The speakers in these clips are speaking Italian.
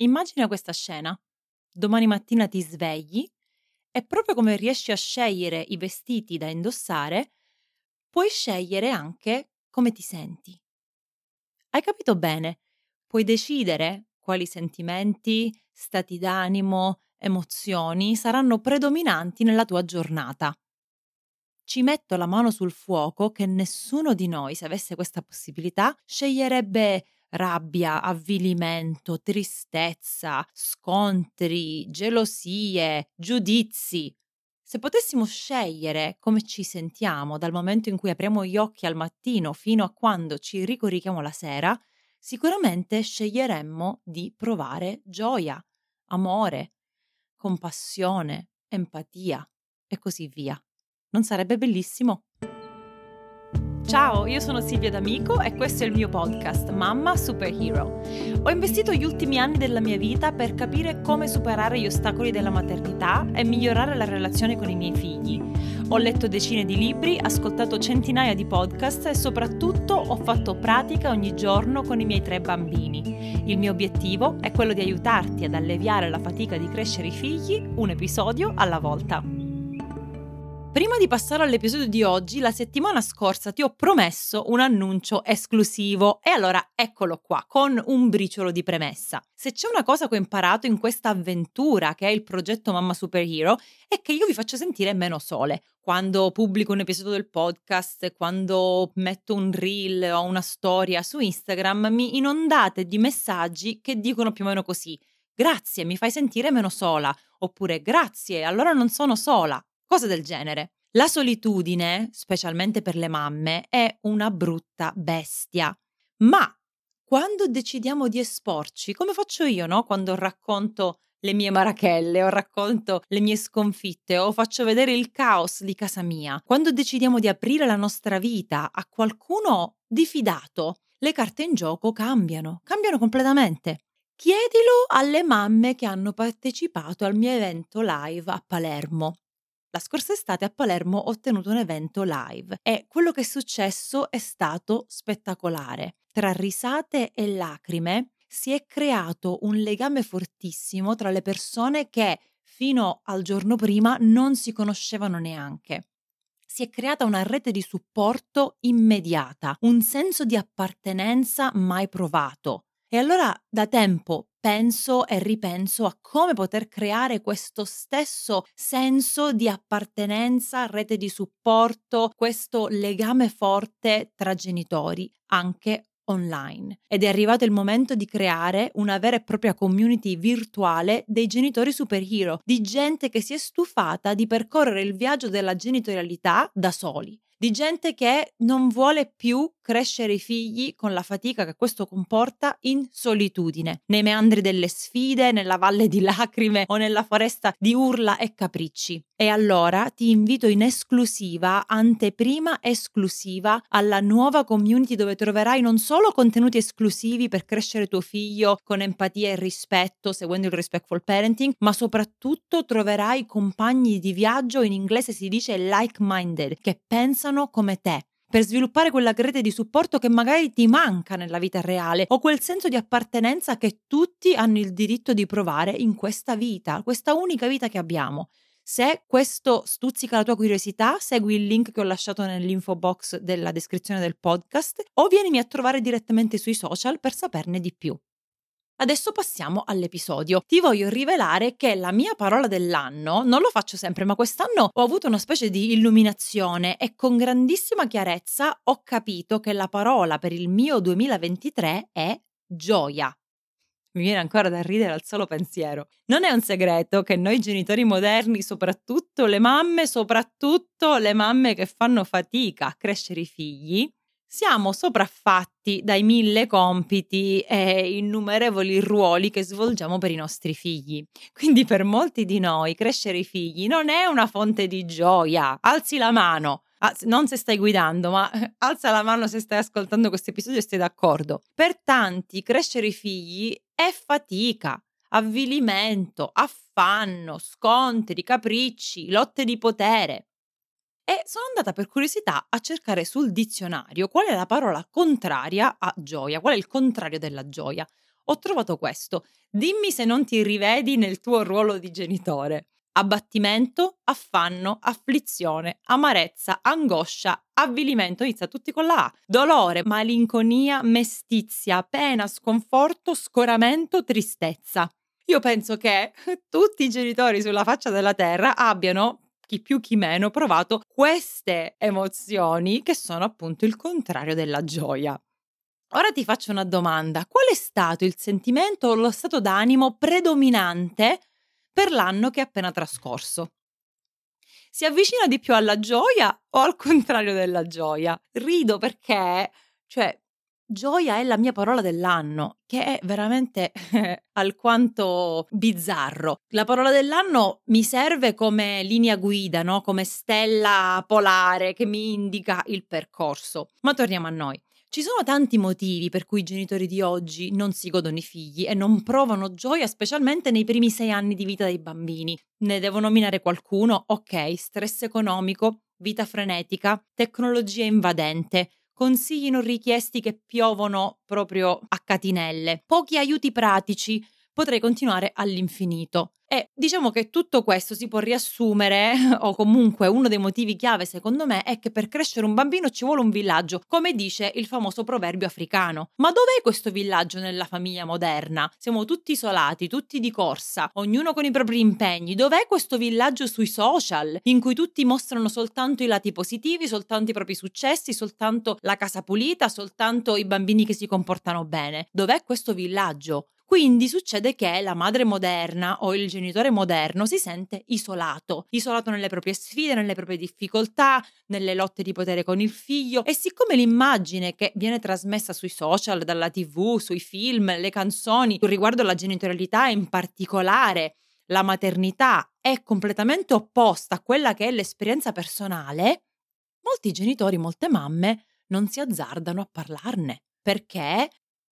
Immagina questa scena. Domani mattina ti svegli e proprio come riesci a scegliere i vestiti da indossare, puoi scegliere anche come ti senti. Hai capito bene? Puoi decidere quali sentimenti, stati d'animo, emozioni saranno predominanti nella tua giornata. Ci metto la mano sul fuoco che nessuno di noi, se avesse questa possibilità, sceglierebbe rabbia, avvilimento, tristezza, scontri, gelosie, giudizi. Se potessimo scegliere come ci sentiamo dal momento in cui apriamo gli occhi al mattino fino a quando ci ricorichiamo la sera, sicuramente sceglieremmo di provare gioia, amore, compassione, empatia e così via. Non sarebbe bellissimo? Ciao, io sono Silvia D'Amico e questo è il mio podcast Mamma Superhero. Ho investito gli ultimi anni della mia vita per capire come superare gli ostacoli della maternità e migliorare la relazione con i miei figli. Ho letto decine di libri, ascoltato centinaia di podcast e soprattutto ho fatto pratica ogni giorno con i miei 3 bambini. Il mio obiettivo è quello di aiutarti ad alleviare la fatica di crescere i figli un episodio alla volta. Prima di passare all'episodio di oggi, la settimana scorsa ti ho promesso un annuncio esclusivo e allora eccolo qua, con un briciolo di premessa. Se c'è una cosa che ho imparato in questa avventura che è il progetto Mamma Superhero è che io vi faccio sentire meno sole. Quando pubblico un episodio del podcast, quando metto un reel o una storia su Instagram, mi inondate di messaggi che dicono più o meno così: grazie, mi fai sentire meno sola, oppure grazie, allora non sono sola. Cose del genere. La solitudine, specialmente per le mamme, è una brutta bestia. Ma quando decidiamo di esporci, come faccio io, no? Quando racconto le mie marachelle, o racconto le mie sconfitte, o faccio vedere il caos di casa mia, quando decidiamo di aprire la nostra vita a qualcuno di fidato, le carte in gioco cambiano completamente. Chiedilo alle mamme che hanno partecipato al mio evento live a Palermo. La scorsa estate a Palermo ho tenuto un evento live e quello che è successo è stato spettacolare. Tra risate e lacrime si è creato un legame fortissimo tra le persone che fino al giorno prima non si conoscevano neanche. Si è creata una rete di supporto immediata, un senso di appartenenza mai provato. E allora da tempo penso e ripenso a come poter creare questo stesso senso di appartenenza, rete di supporto, questo legame forte tra genitori, anche online. Ed è arrivato il momento di creare una vera e propria community virtuale dei genitori superhero, di gente che si è stufata di percorrere il viaggio della genitorialità da soli. Di gente che non vuole più crescere i figli con la fatica che questo comporta in solitudine, nei meandri delle sfide, nella valle di lacrime o nella foresta di urla e capricci. E allora ti invito in esclusiva, anteprima esclusiva, alla nuova community dove troverai non solo contenuti esclusivi per crescere tuo figlio con empatia e rispetto, seguendo il respectful parenting, ma soprattutto troverai compagni di viaggio, in inglese si dice like-minded, che pensano come te, per sviluppare quella rete di supporto che magari ti manca nella vita reale o quel senso di appartenenza che tutti hanno il diritto di provare in questa vita, questa unica vita che abbiamo. Se questo stuzzica la tua curiosità, segui il link che ho lasciato nell'info box della descrizione del podcast o vienimi a trovare direttamente sui social per saperne di più. Adesso passiamo all'episodio. Ti voglio rivelare che la mia parola dell'anno non lo faccio sempre, ma quest'anno ho avuto una specie di illuminazione e con grandissima chiarezza ho capito che la parola per il mio 2023 è gioia. Mi viene ancora da ridere al solo pensiero. Non è un segreto che noi genitori moderni, soprattutto le mamme che fanno fatica a crescere i figli, siamo sopraffatti dai 1000 compiti e innumerevoli ruoli che svolgiamo per i nostri figli. Quindi per molti di noi crescere i figli non è una fonte di gioia. Alzi la mano. Non se stai guidando, ma alza la mano se stai ascoltando questo episodio e stai d'accordo. Per tanti crescere i figli è fatica, avvilimento, affanno, scontri, capricci, lotte di potere. E sono andata per curiosità a cercare sul dizionario qual è la parola contraria a gioia, qual è il contrario della gioia. ho trovato questo. Dimmi se non ti rivedi nel tuo ruolo di genitore. Abbattimento, affanno, afflizione, amarezza, angoscia, avvilimento, inizia tutti con la A. Dolore, malinconia, mestizia, pena, sconforto, scoramento, tristezza. Io penso che tutti i genitori sulla faccia della terra abbiano, chi più chi meno, provato queste emozioni che sono appunto il contrario della gioia. Ora ti faccio una domanda: qual è stato il sentimento o lo stato d'animo predominante per l'anno che è appena trascorso? Si avvicina di più alla gioia o al contrario della gioia? Rido perché, cioè, gioia è la mia parola dell'anno, che è veramente alquanto bizzarro. La parola dell'anno mi serve come linea guida, no? Come stella polare che mi indica il percorso. Ma torniamo a noi. Ci sono tanti motivi per cui i genitori di oggi non si godono i figli e non provano gioia, specialmente nei primi 6 anni di vita dei bambini. Ne devo nominare qualcuno? Ok, stress economico, vita frenetica, tecnologia invadente, consigli non richiesti che piovono proprio a catinelle, pochi aiuti pratici, potrei continuare all'infinito. E diciamo che tutto questo si può riassumere, o comunque uno dei motivi chiave secondo me, è che per crescere un bambino ci vuole un villaggio, come dice il famoso proverbio africano. Ma dov'è questo villaggio nella famiglia moderna? Siamo tutti isolati, tutti di corsa, ognuno con i propri impegni. Dov'è questo villaggio sui social, in cui tutti mostrano soltanto i lati positivi, soltanto i propri successi, soltanto la casa pulita, soltanto i bambini che si comportano bene? Dov'è questo villaggio? Quindi succede che la madre moderna o il genitore moderno si sente isolato nelle proprie sfide, nelle proprie difficoltà, nelle lotte di potere con il figlio, e siccome l'immagine che viene trasmessa sui social, dalla TV, sui film, le canzoni riguardo alla genitorialità e in particolare la maternità è completamente opposta a quella che è l'esperienza personale, molti genitori, molte mamme non si azzardano a parlarne perché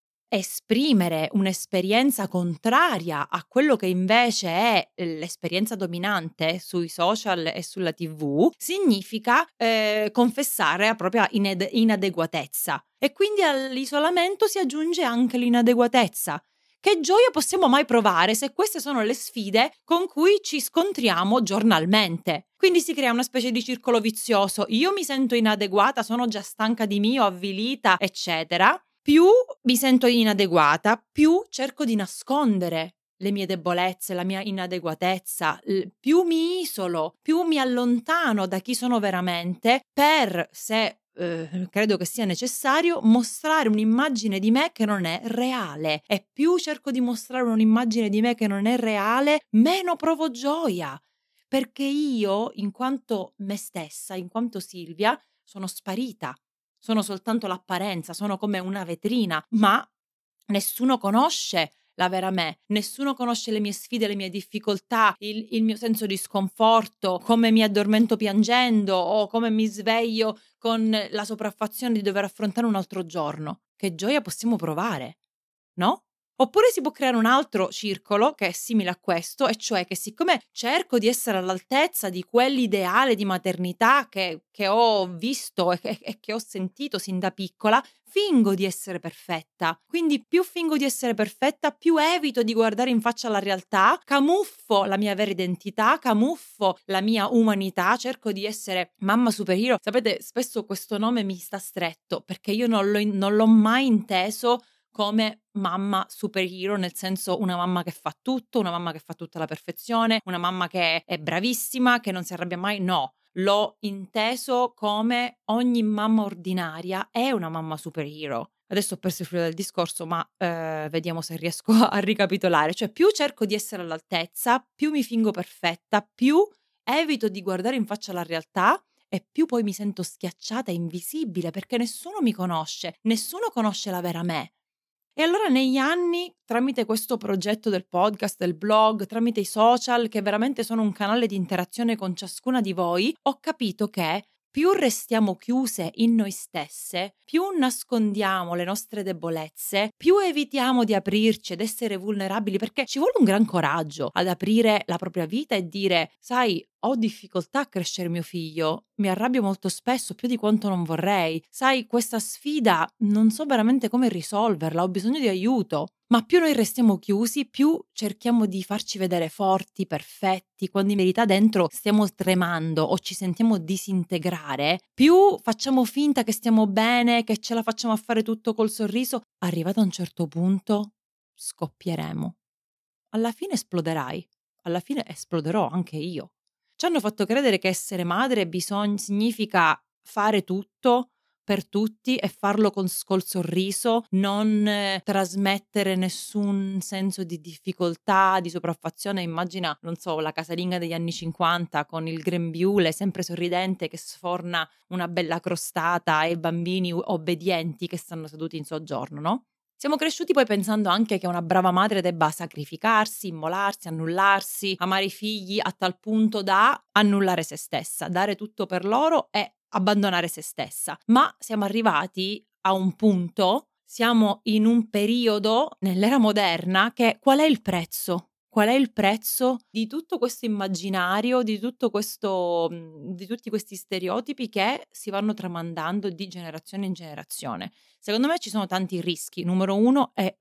esprimere un'esperienza contraria a quello che invece è l'esperienza dominante sui social e sulla TV significa confessare la propria inadeguatezza, e quindi all'isolamento si aggiunge anche l'inadeguatezza. Che gioia possiamo mai provare se queste sono le sfide con cui ci scontriamo giornalmente? Quindi si crea una specie di circolo vizioso. Io mi sento inadeguata, sono già stanca di mio, avvilita, eccetera. Più mi sento inadeguata, più cerco di nascondere le mie debolezze, la mia inadeguatezza, più mi isolo, più mi allontano da chi sono veramente per, se credo che sia necessario, mostrare un'immagine di me che non è reale. E più cerco di mostrare un'immagine di me che non è reale, meno provo gioia. Perché io, in quanto me stessa, in quanto Silvia, sono sparita. Sono soltanto l'apparenza, sono come una vetrina, ma nessuno conosce la vera me, nessuno conosce le mie sfide, le mie difficoltà, il mio senso di sconforto, come mi addormento piangendo o come mi sveglio con la sopraffazione di dover affrontare un altro giorno. Che gioia possiamo provare, no? Oppure si può creare un altro circolo che è simile a questo, e cioè che siccome cerco di essere all'altezza di quell'ideale di maternità che ho visto e che ho sentito sin da piccola, fingo di essere perfetta. Quindi più fingo di essere perfetta, più evito di guardare in faccia la realtà, camuffo la mia vera identità, camuffo la mia umanità, cerco di essere mamma superhero. Sapete, spesso questo nome mi sta stretto perché io non l'ho mai inteso come mamma superhero, nel senso una mamma che fa tutto, una mamma che fa tutta alla perfezione, una mamma che è bravissima, che non si arrabbia mai. No, l'ho inteso come ogni mamma ordinaria è una mamma superhero. Adesso ho perso il filo del discorso, ma vediamo se riesco a ricapitolare. Cioè, più cerco di essere all'altezza, più mi fingo perfetta, più evito di guardare in faccia la realtà, e più poi mi sento schiacciata e invisibile perché nessuno mi conosce, nessuno conosce la vera me. E allora negli anni, tramite questo progetto del podcast, del blog, tramite i social, che veramente sono un canale di interazione con ciascuna di voi, ho capito che più restiamo chiuse in noi stesse, più nascondiamo le nostre debolezze, più evitiamo di aprirci ed essere vulnerabili, perché ci vuole un gran coraggio ad aprire la propria vita e dire: sai, ho difficoltà a crescere mio figlio, mi arrabbio molto spesso, più di quanto non vorrei. Sai, questa sfida non so veramente come risolverla, ho bisogno di aiuto. Ma più noi restiamo chiusi, più cerchiamo di farci vedere forti, perfetti, quando in verità dentro stiamo tremando o ci sentiamo disintegrare, più facciamo finta che stiamo bene, che ce la facciamo a fare tutto col sorriso. Arrivato a un certo punto, scoppieremo. Alla fine esploderai, alla fine esploderò anche io. Ci hanno fatto credere che essere madre significa fare tutto per tutti e farlo col sorriso, non trasmettere nessun senso di difficoltà, di sopraffazione. Immagina, non so, la casalinga degli anni 50 con il grembiule sempre sorridente che sforna una bella crostata e bambini obbedienti che stanno seduti in soggiorno, no? Siamo cresciuti poi pensando anche che una brava madre debba sacrificarsi, immolarsi, annullarsi, amare i figli a tal punto da annullare se stessa, dare tutto per loro e abbandonare se stessa. Ma siamo arrivati a un punto, siamo in un periodo nell'era moderna che qual è il prezzo? Qual è il prezzo di tutto questo immaginario, di tutto questo, di tutti questi stereotipi che si vanno tramandando di generazione in generazione? Secondo me ci sono tanti rischi. Numero 1 è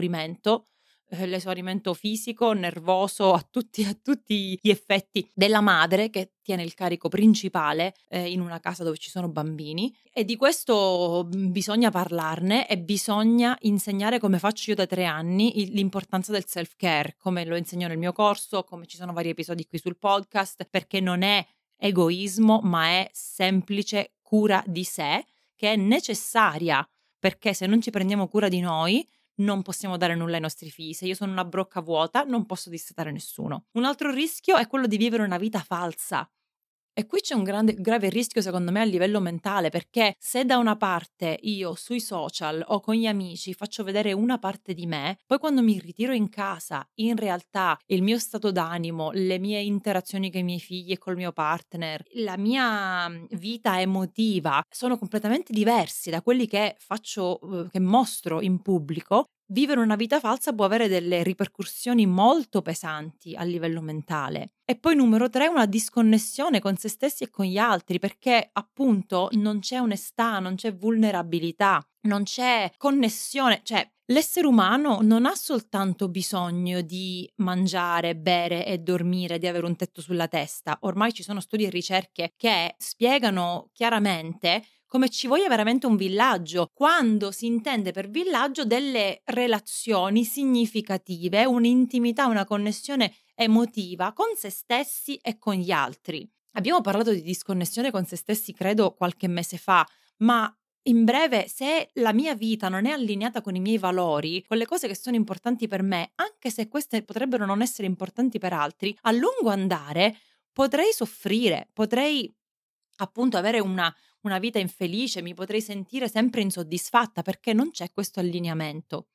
l'esaurimento fisico, nervoso, a tutti gli effetti della madre che tiene il carico principale, in una casa dove ci sono bambini e di questo, bisogna parlarne e bisogna insegnare, come faccio io da 3 anni, l'importanza del self-care, come lo insegno nel mio corso, come ci sono vari episodi qui sul podcast, perché non è egoismo, ma è semplice cura di sé che è necessaria, perché se non ci prendiamo cura di noi non possiamo dare nulla ai nostri figli. Se io sono una brocca vuota non posso dissetare nessuno. Un altro rischio è quello di vivere una vita falsa. E qui c'è un grave rischio secondo me a livello mentale, perché se da una parte io sui social o con gli amici faccio vedere una parte di me, poi quando mi ritiro in casa, in realtà il mio stato d'animo, le mie interazioni con i miei figli e col mio partner, la mia vita emotiva sono completamente diversi da quelli che faccio, che mostro in pubblico. Vivere una vita falsa può avere delle ripercussioni molto pesanti a livello mentale. E poi numero 3, una disconnessione con se stessi e con gli altri, perché appunto non c'è onestà, non c'è vulnerabilità, non c'è connessione, cioè l'essere umano non ha soltanto bisogno di mangiare, bere e dormire, di avere un tetto sulla testa. Ormai ci sono studi e ricerche che spiegano chiaramente come ci voglia veramente un villaggio, quando si intende per villaggio delle relazioni significative, un'intimità, una connessione emotiva con se stessi e con gli altri. Abbiamo parlato di disconnessione con se stessi credo qualche mese fa, ma in breve, se la mia vita non è allineata con i miei valori, con le cose che sono importanti per me, anche se queste potrebbero non essere importanti per altri, a lungo andare potrei soffrire, potrei appunto avere una vita infelice, mi potrei sentire sempre insoddisfatta perché non c'è questo allineamento.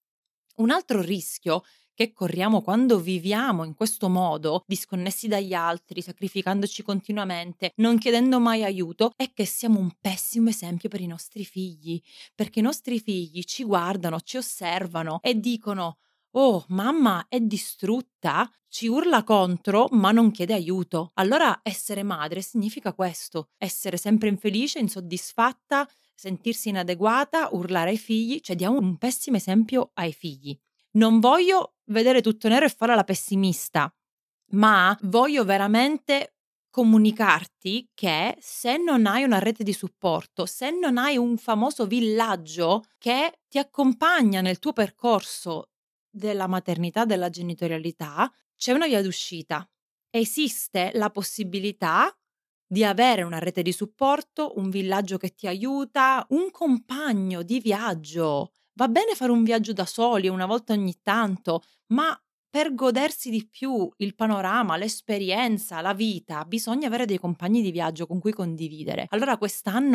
Un altro rischio che corriamo quando viviamo in questo modo, disconnessi dagli altri, sacrificandoci continuamente, non chiedendo mai aiuto, è che siamo un pessimo esempio per i nostri figli, perché i nostri figli ci guardano, ci osservano e dicono: "Oh, mamma è distrutta, ci urla contro, ma non chiede aiuto". Allora essere madre significa questo, essere sempre infelice, insoddisfatta, sentirsi inadeguata, urlare ai figli, cioè diamo un pessimo esempio ai figli. Non voglio vedere tutto nero e fare la pessimista, ma voglio veramente comunicarti che se non hai una rete di supporto, se non hai un famoso villaggio che ti accompagna nel tuo percorso della maternità, della genitorialità, c'è una via d'uscita. Esiste la possibilità di avere una rete di supporto, un villaggio che ti aiuta, un compagno di viaggio. Va bene fare un viaggio da soli una volta ogni tanto, ma per godersi di più il panorama, l'esperienza, la vita, bisogna avere dei compagni di viaggio con cui condividere. Allora quest'anno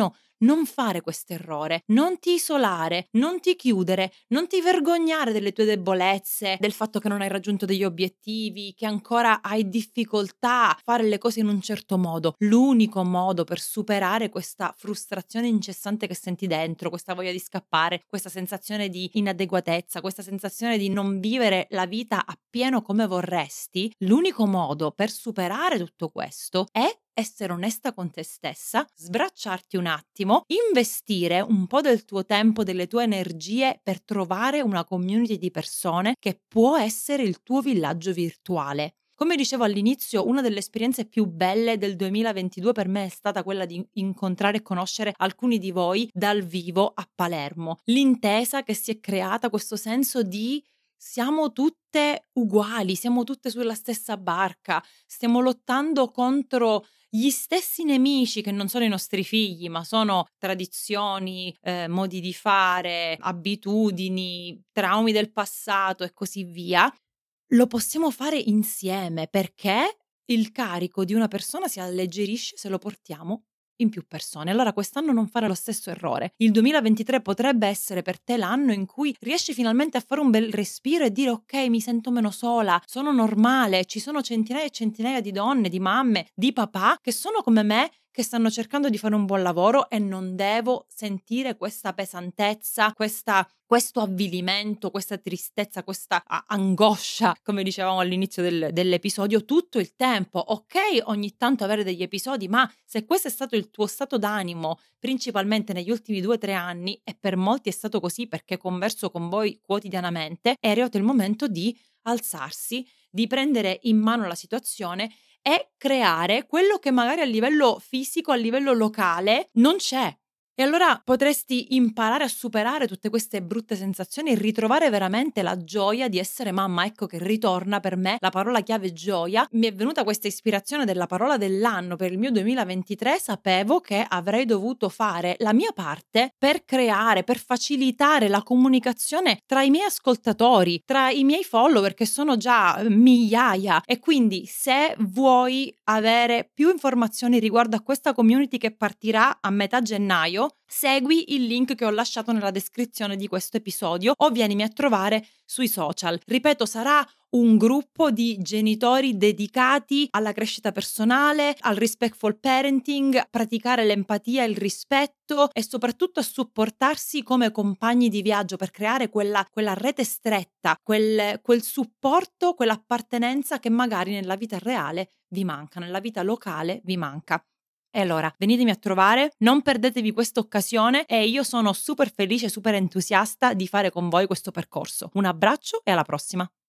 non fare questo errore, non ti isolare, non ti chiudere, non ti vergognare delle tue debolezze, del fatto che non hai raggiunto degli obiettivi, che ancora hai difficoltà a fare le cose in un certo modo. L'unico modo per superare questa frustrazione incessante che senti dentro, questa voglia di scappare, questa sensazione di inadeguatezza, questa sensazione di non vivere la vita appieno come vorresti, l'unico modo per superare tutto questo è essere onesta con te stessa, sbracciarti un attimo, investire un po' del tuo tempo, delle tue energie per trovare una community di persone che può essere il tuo villaggio virtuale. Come dicevo all'inizio, una delle esperienze più belle del 2022 per me è stata quella di incontrare e conoscere alcuni di voi dal vivo a Palermo. L'intesa che si è creata, questo senso di siamo tutte uguali, siamo tutte sulla stessa barca, stiamo lottando contro gli stessi nemici che non sono i nostri figli, ma sono tradizioni, modi di fare, abitudini, traumi del passato e così via. Lo possiamo fare insieme perché il carico di una persona si alleggerisce se lo portiamo in più persone. Allora quest'anno non fare lo stesso errore. Il 2023 potrebbe essere per te l'anno in cui riesci finalmente a fare un bel respiro e dire ok, mi sento meno sola, sono normale, ci sono centinaia e centinaia di donne, di mamme, di papà che sono come me, che stanno cercando di fare un buon lavoro e non devo sentire questa pesantezza, questo avvilimento, questa tristezza, questa angoscia, come dicevamo all'inizio dell'episodio, tutto il tempo. Ok, ogni tanto avere degli episodi, ma se questo è stato il tuo stato d'animo, principalmente negli ultimi 2 o 3 anni, e per molti è stato così perché converso con voi quotidianamente, è arrivato il momento di alzarsi, di prendere in mano la situazione e creare quello che magari a livello fisico, a livello locale non c'è. E allora potresti imparare a superare tutte queste brutte sensazioni e ritrovare veramente la gioia di essere mamma. Ecco che ritorna per me la parola chiave gioia. Mi è venuta questa ispirazione della parola dell'anno per il mio 2023. Sapevo che avrei dovuto fare la mia parte per creare, per facilitare la comunicazione tra i miei ascoltatori, tra i miei follower che sono già migliaia. E quindi se vuoi avere più informazioni riguardo a questa community che partirà a metà gennaio, segui il link che ho lasciato nella descrizione di questo episodio o vienimi a trovare sui social. Ripeto, sarà un gruppo di genitori dedicati alla crescita personale, al respectful parenting, a praticare l'empatia, il rispetto e soprattutto a supportarsi come compagni di viaggio per creare quella rete stretta, quel supporto, quell'appartenenza che magari nella vita reale vi manca, nella vita locale vi manca. E allora, venitemi a trovare, non perdetevi questa occasione e io sono super felice, super entusiasta di fare con voi questo percorso. Un abbraccio e alla prossima!